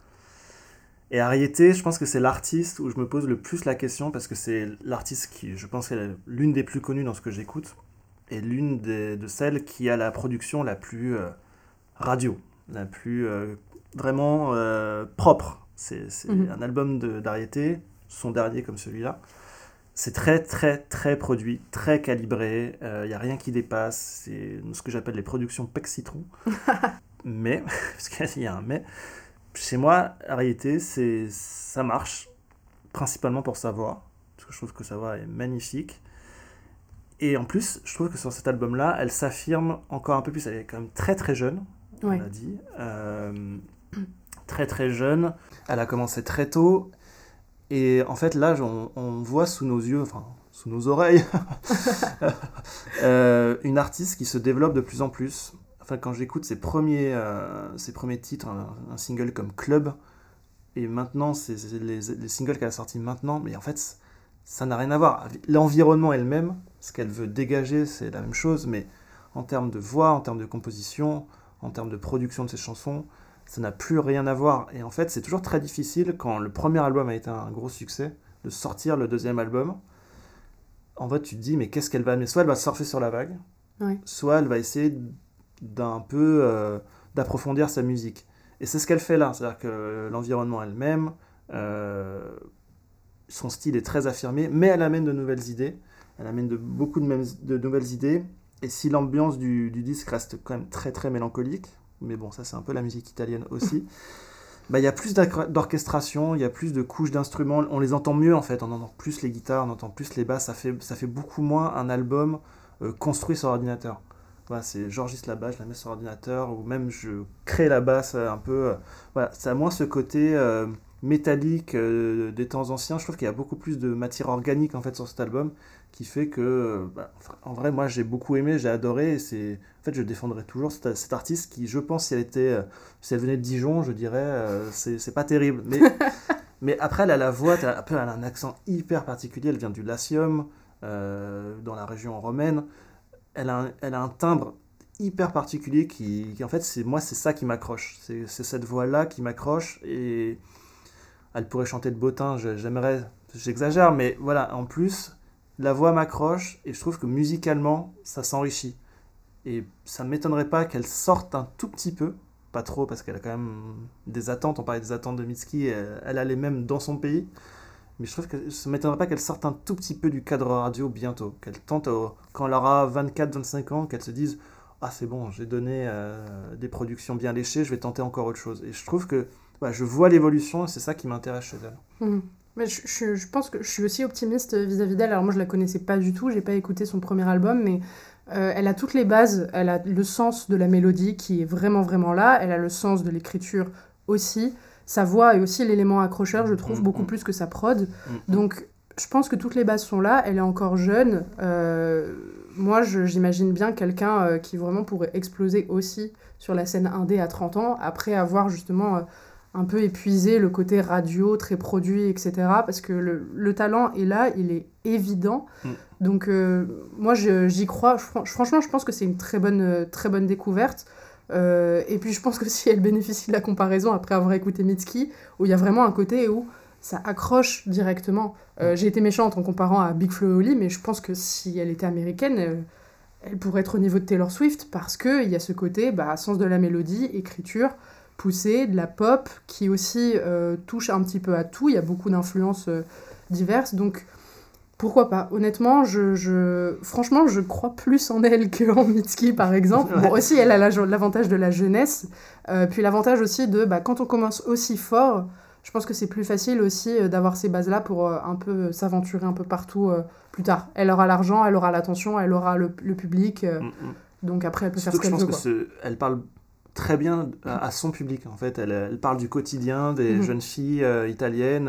Et Ariété, je pense que c'est l'artiste où je me pose le plus la question, parce que c'est l'artiste qui, je pense, est l'une des plus connues dans ce que j'écoute, et l'une de celles qui a la production la plus radio, la plus vraiment propre. C'est un album d'Ariété, son dernier comme celui-là. C'est très très très produit, très calibré, il n'y a rien qui dépasse, c'est ce que j'appelle les productions Pec Citron. Mais, parce qu'il y a un mais, chez moi, Ariété, ça marche, principalement pour sa voix, parce que je trouve que sa voix est magnifique. Et en plus, je trouve que sur cet album-là, elle s'affirme encore un peu plus. Elle est quand même très très jeune, on l'a dit. Très très jeune. Elle a commencé très tôt. Et en fait, là, on voit sous nos yeux, enfin, sous nos oreilles, une artiste qui se développe de plus en plus. Enfin, quand j'écoute ses premiers titres, un single comme Club, et maintenant, c'est les singles qu'elle a sortis maintenant, mais en fait, ça n'a rien à voir. L'environnement est le même, ce qu'elle veut dégager, c'est la même chose, mais en termes de voix, en termes de composition, en termes de production de ses chansons, ça n'a plus rien à voir. Et en fait, c'est toujours très difficile, quand le premier album a été un gros succès, de sortir le deuxième album. En fait, tu te dis, mais qu'est-ce qu'elle va amener ? Soit elle va surfer sur la vague, soit elle va essayer d'un peu d'approfondir sa musique. Et c'est ce qu'elle fait là, c'est-à-dire que l'environnement est le même, son style est très affirmé, mais elle amène de nouvelles idées, elle amène beaucoup de nouvelles idées, et si l'ambiance du disque reste quand même très très mélancolique, mais bon, ça c'est un peu la musique italienne aussi, bah, y a plus d'orchestration, il y a plus de couches d'instruments, on les entend mieux en fait, on entend plus les guitares, on entend plus les basses, ça fait beaucoup moins un album construit sur ordinateur. Voilà, c'est j'enregistre la basse, je la mets sur ordinateur, ou même je crée la basse un peu. Voilà, ça a moins ce côté métallique des temps anciens. Je trouve qu'il y a beaucoup plus de matière organique en fait sur cet album, qui fait que, en vrai, moi j'ai beaucoup aimé, j'ai adoré, et en fait, je défendrai toujours cet artiste qui, je pense, si elle venait de Dijon, je dirais, c'est pas terrible. Mais après, elle a la voix, elle a un accent hyper particulier, elle vient du Latium, dans la région romaine. Elle a un timbre hyper particulier qui en fait, c'est ça qui m'accroche. C'est cette voix-là qui m'accroche, et elle pourrait chanter de Bottin, j'exagère, mais voilà, en plus, la voix m'accroche, et je trouve que musicalement, ça s'enrichit. Et ça ne m'étonnerait pas qu'elle sorte un tout petit peu, pas trop, parce qu'elle a quand même des attentes, on parlait des attentes de Mitski, elle a les mêmes dans son pays. Mais je trouve que ça ne m'étonnerait pas qu'elle sorte un tout petit peu du cadre radio bientôt. Qu'elle tente, quand elle aura 24-25 ans, qu'elle se dise « Ah, c'est bon, j'ai donné des productions bien léchées, je vais tenter encore autre chose. » Et je trouve que je vois l'évolution, et c'est ça qui m'intéresse chez elle. Mais je pense que je suis aussi optimiste vis-à-vis d'elle. Alors moi, je la connaissais pas du tout, j'ai pas écouté son premier album, mais elle a toutes les bases. Elle a le sens de la mélodie qui est vraiment, vraiment là. Elle a le sens de l'écriture aussi. Sa voix est aussi l'élément accrocheur, je trouve, beaucoup plus que sa prod. Donc, je pense que toutes les bases sont là. Elle est encore jeune. Moi, j'imagine bien quelqu'un qui vraiment pourrait exploser aussi sur la scène indé à 30 ans, après avoir justement un peu épuisé le côté radio, très produit, etc. Parce que le talent est là, il est évident. Donc, moi, j'y crois. Franchement, je pense que c'est une très bonne découverte. Et puis je pense que si elle bénéficie de la comparaison après avoir écouté Mitski, où il y a vraiment un côté où ça accroche directement. J'ai été méchante en comparant à Big Flo et Oli, mais je pense que si elle était américaine, elle pourrait être au niveau de Taylor Swift, parce qu'il y a ce côté sens de la mélodie, écriture poussée, de la pop, qui aussi touche un petit peu à tout. Il y a beaucoup d'influences diverses, donc pourquoi pas ? Honnêtement, franchement, je crois plus en elle qu'en Mitski, par exemple. Bon, aussi, elle a l'avantage de la jeunesse. Puis l'avantage aussi de, quand on commence aussi fort, je pense que c'est plus facile aussi d'avoir ces bases-là pour un peu s'aventurer un peu partout plus tard. Elle aura l'argent, elle aura l'attention, elle aura le public. Donc après, elle peut faire ce qu'elle veut. Je pense qu'elle parle très bien à son public, en fait. Elle parle du quotidien des jeunes filles italiennes...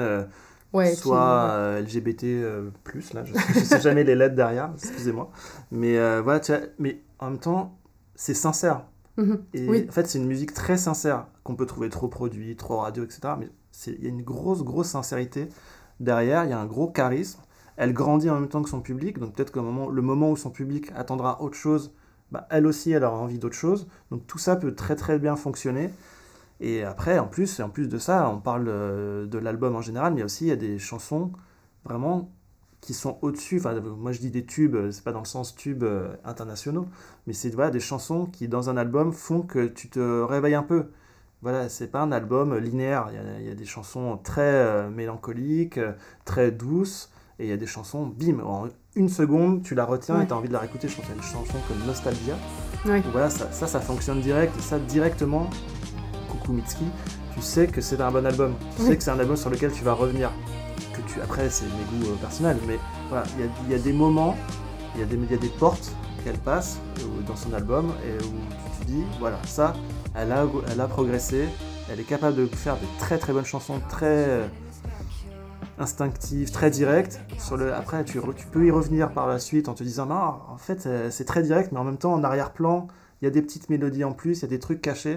soit LGBT+, là, je sais jamais les lettres derrière, excusez-moi. Mais voilà, mais en même temps, c'est sincère. Et en fait, c'est une musique très sincère, qu'on peut trouver trop produit, trop radio, etc. Mais il y a une grosse sincérité derrière, il y a un gros charisme. Elle grandit en même temps que son public, donc peut-être que le moment où son public attendra autre chose, elle aussi, elle aura envie d'autre chose. Donc tout ça peut très très bien fonctionner. Et après, en plus de ça, on parle de l'album en général, mais aussi il y a des chansons vraiment qui sont au-dessus. Enfin, moi je dis des tubes, c'est pas dans le sens tubes internationaux, mais c'est des chansons qui dans un album font que tu te réveilles un peu. Voilà, c'est pas un album linéaire. Il y a des chansons très mélancoliques, très douces, et il y a des chansons, bim, en une seconde, tu la retiens et tu as envie de la réécouter. Je pense qu'il y a une chanson comme Nostalgia. Donc voilà, ça fonctionne direct, et ça directement. Coucou Mitski, tu sais que c'est un bon album, tu sais que c'est un album sur lequel tu vas revenir, après c'est mes goûts personnels, mais voilà, il y a des moments, il y a des portes qu'elle passe dans son album, et où tu te dis, voilà, ça, elle a progressé, elle est capable de faire de très très bonnes chansons, très instinctives, très directes, après tu peux y revenir par la suite en te disant, non, en fait c'est très direct, mais en même temps en arrière-plan, il y a des petites mélodies en plus, il y a des trucs cachés.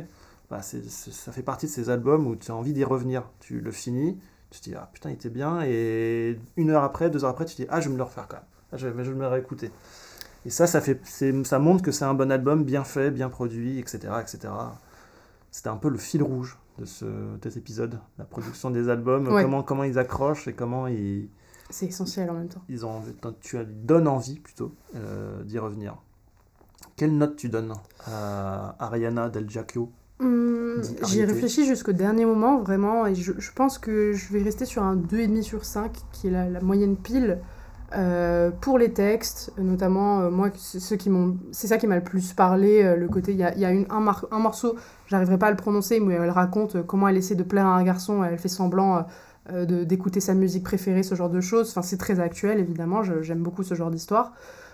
ça fait partie de ces albums où tu as envie d'y revenir. Tu le finis, tu te dis, ah putain, il était bien, et 1 heure après, 2 heures après, tu te dis, ah, je vais me le refaire quand même. Ah, je vais me le réécouter. Et ça montre que c'est un bon album, bien fait, bien produit, etc., etc. C'était un peu le fil rouge de cet épisode, la production des albums, Ouais. comment ils accrochent et comment C'est essentiel en même temps. tu donnes envie plutôt d'y revenir. Quelle note tu donnes à Ariana Del Giacchio? J'y ai réfléchi jusqu'au dernier moment, vraiment, et je pense que je vais rester sur un 2,5 sur 5, qui est la moyenne pile, pour les textes, notamment, moi, c'est ça qui m'a le plus parlé, le côté, il y a un morceau, j'arriverai pas à le prononcer, mais elle raconte comment elle essaie de plaire à un garçon, elle fait semblant d'écouter sa musique préférée, ce genre de choses, enfin, c'est très actuel, évidemment, j'aime beaucoup ce genre d'histoire,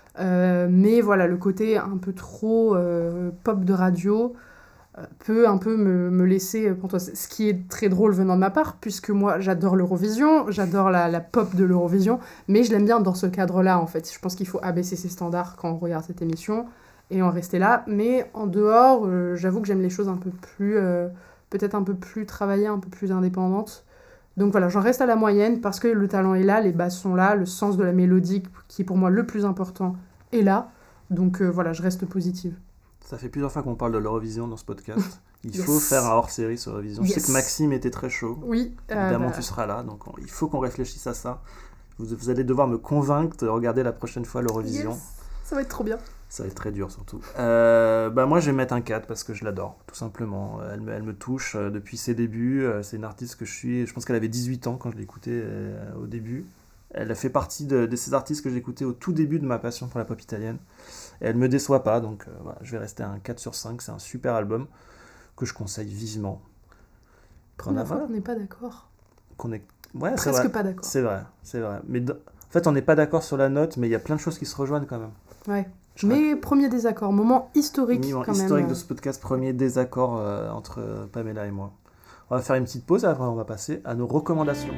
mais voilà, le côté un peu trop pop de radio peut un peu me laisser pantoise. Ce qui est très drôle venant de ma part, puisque moi j'adore l'Eurovision, j'adore la pop de l'Eurovision, mais je l'aime bien dans ce cadre-là en fait. Je pense qu'il faut abaisser ses standards quand on regarde cette émission et en rester là. Mais en dehors, j'avoue que j'aime les choses un peu plus, peut-être un peu plus travaillées, un peu plus indépendantes. Donc voilà, j'en reste à la moyenne parce que le talent est là, les basses sont là, le sens de la mélodie, qui est pour moi le plus important, est là. Donc voilà, je reste positive. Ça fait plusieurs fois qu'on parle de l'Eurovision dans ce podcast. Il Yes. faut faire un hors-série sur l'Eurovision. Je sais Yes. que Maxime était très chaud. Oui. Évidemment, tu seras là, donc il faut qu'on réfléchisse à ça. Vous allez devoir me convaincre de regarder la prochaine fois l'Eurovision. Yes. Ça va être trop bien. Ça va être très dur surtout. Moi je vais mettre un 4 parce que je l'adore, tout simplement. Elle me touche depuis ses débuts. C'est une artiste que je pense qu'elle avait 18 ans quand je l'écoutais au début. Elle a fait partie de ces artistes que j'écoutais au tout début de ma passion pour la pop italienne. Et elle me déçoit pas, donc voilà, je vais rester à un 4 sur 5. C'est un super album que je conseille vivement. Première fois qu'on n'est pas d'accord. Ouais, c'est Presque vrai. pas d'accord. C'est vrai. Mais en fait, on n'est pas d'accord sur la note, mais il y a plein de choses qui se rejoignent quand même. Ouais. Mais premier désaccord, moment historique quand même. Historique de ce podcast, premier désaccord entre Pamela et moi. On va faire une petite pause, après on va passer à nos recommandations.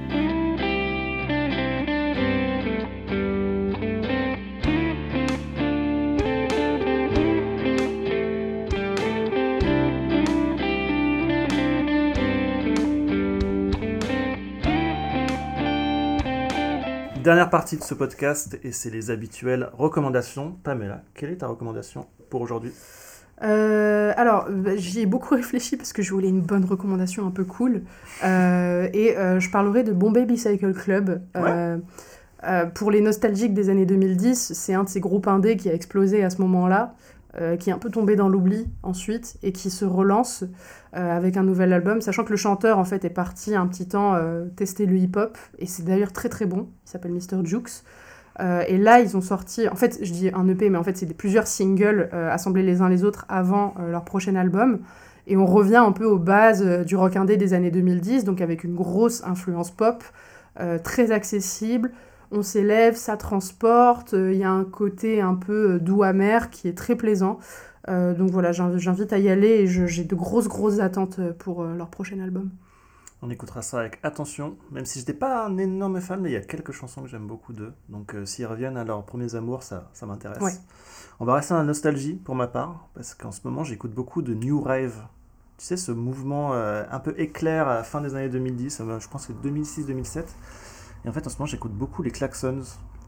Dernière partie de ce podcast, et c'est les habituelles recommandations. Pamela, quelle est ta recommandation pour aujourd'hui ? J'y ai beaucoup réfléchi parce que je voulais une bonne recommandation un peu cool. Je parlerai de Bombay Bicycle Club. Pour les nostalgiques des années 2010, c'est un de ces groupes indés qui a explosé à ce moment-là, qui est un peu tombé dans l'oubli ensuite et qui se relance avec un nouvel album, sachant que le chanteur en fait est parti un petit temps tester le hip-hop et c'est d'ailleurs très très bon. Il s'appelle Mr. Jukes. Et là, ils ont sorti, en fait, je dis un EP, mais en fait, c'est plusieurs singles assemblés les uns les autres avant leur prochain album. Et on revient un peu aux bases du rock indé des années 2010, donc avec une grosse influence pop, très accessible. On s'élève, ça transporte, il y a un côté un peu doux amer qui est très plaisant. Donc voilà, j'invite à y aller et j'ai de grosses attentes pour leur prochain album. On écoutera ça avec attention, même si je n'étais pas un énorme fan, mais il y a quelques chansons que j'aime beaucoup d'eux. Donc s'ils reviennent à leurs premiers amours, ça m'intéresse. Ouais. On va rester dans la nostalgie pour ma part, parce qu'en ce moment j'écoute beaucoup de New Rave. Tu sais, ce mouvement un peu éclair à la fin des années 2010, je pense que 2006-2007. Et en fait en ce moment j'écoute beaucoup les Klaxons.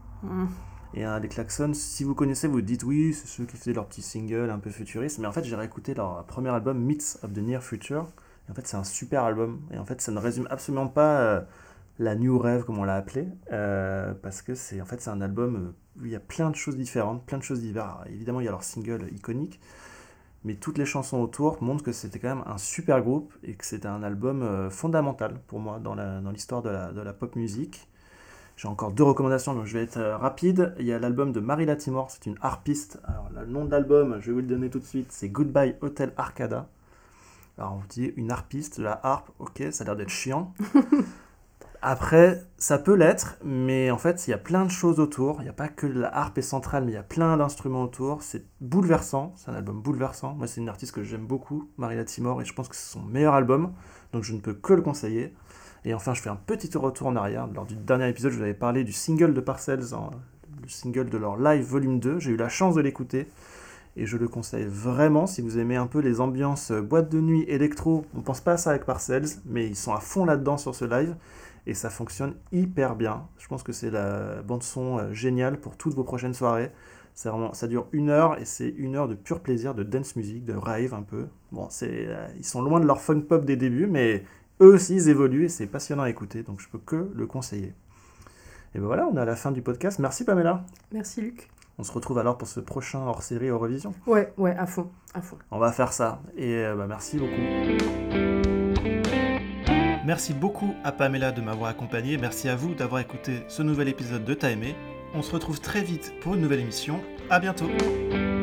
Et les Klaxons, si vous connaissez, vous dites oui, c'est ceux qui faisaient leurs petits singles un peu futuristes. Mais en fait j'ai réécouté leur premier album, Myths of the Near Future. En fait, c'est un super album. Et en fait, ça ne résume absolument pas la New Rave, comme on l'a appelé. Parce que c'est un album où il y a plein de choses différentes, plein de choses diverses. Alors, évidemment, il y a leur single iconique. Mais toutes les chansons autour montrent que c'était quand même un super groupe et que c'était un album fondamental pour moi dans l'histoire de la pop music. J'ai encore 2 recommandations, donc je vais être rapide. Il y a l'album de Mary Latimore, c'est une harpiste. Alors, le nom de l'album, je vais vous le donner tout de suite, c'est Goodbye Hotel Arcada. Alors on vous dit une harpiste, de la harpe, ok, ça a l'air d'être chiant. Après, ça peut l'être, mais en fait, il y a plein de choses autour. Il n'y a pas que la harpe est centrale, mais il y a plein d'instruments autour. C'est bouleversant, c'est un album bouleversant. Moi, c'est une artiste que j'aime beaucoup, Mary Latimore, et je pense que c'est son meilleur album, donc je ne peux que le conseiller. Et enfin, je fais un petit retour en arrière. Lors du dernier épisode, je vous avais parlé du single de Parcells, le single de leur live volume 2. J'ai eu la chance de l'écouter. Et je le conseille vraiment si vous aimez un peu les ambiances boîte de nuit, électro. On pense pas à ça avec Parcells, mais ils sont à fond là-dedans sur ce live. Et ça fonctionne hyper bien. Je pense que c'est la bande-son géniale pour toutes vos prochaines soirées. C'est vraiment, ça dure 1 heure et c'est 1 heure de pur plaisir, de dance music, de rave un peu. Bon, ils sont loin de leur funk pop des débuts, mais eux aussi ils évoluent et c'est passionnant à écouter. Donc je peux que le conseiller. Et ben voilà, on est à la fin du podcast. Merci Pamela. Merci Luc. On se retrouve alors pour ce prochain hors-série Eurovision. Ouais, à fond. On va faire ça. Et merci beaucoup. Merci beaucoup à Pamela de m'avoir accompagné. Merci à vous d'avoir écouté ce nouvel épisode de Timé. On se retrouve très vite pour une nouvelle émission. À bientôt.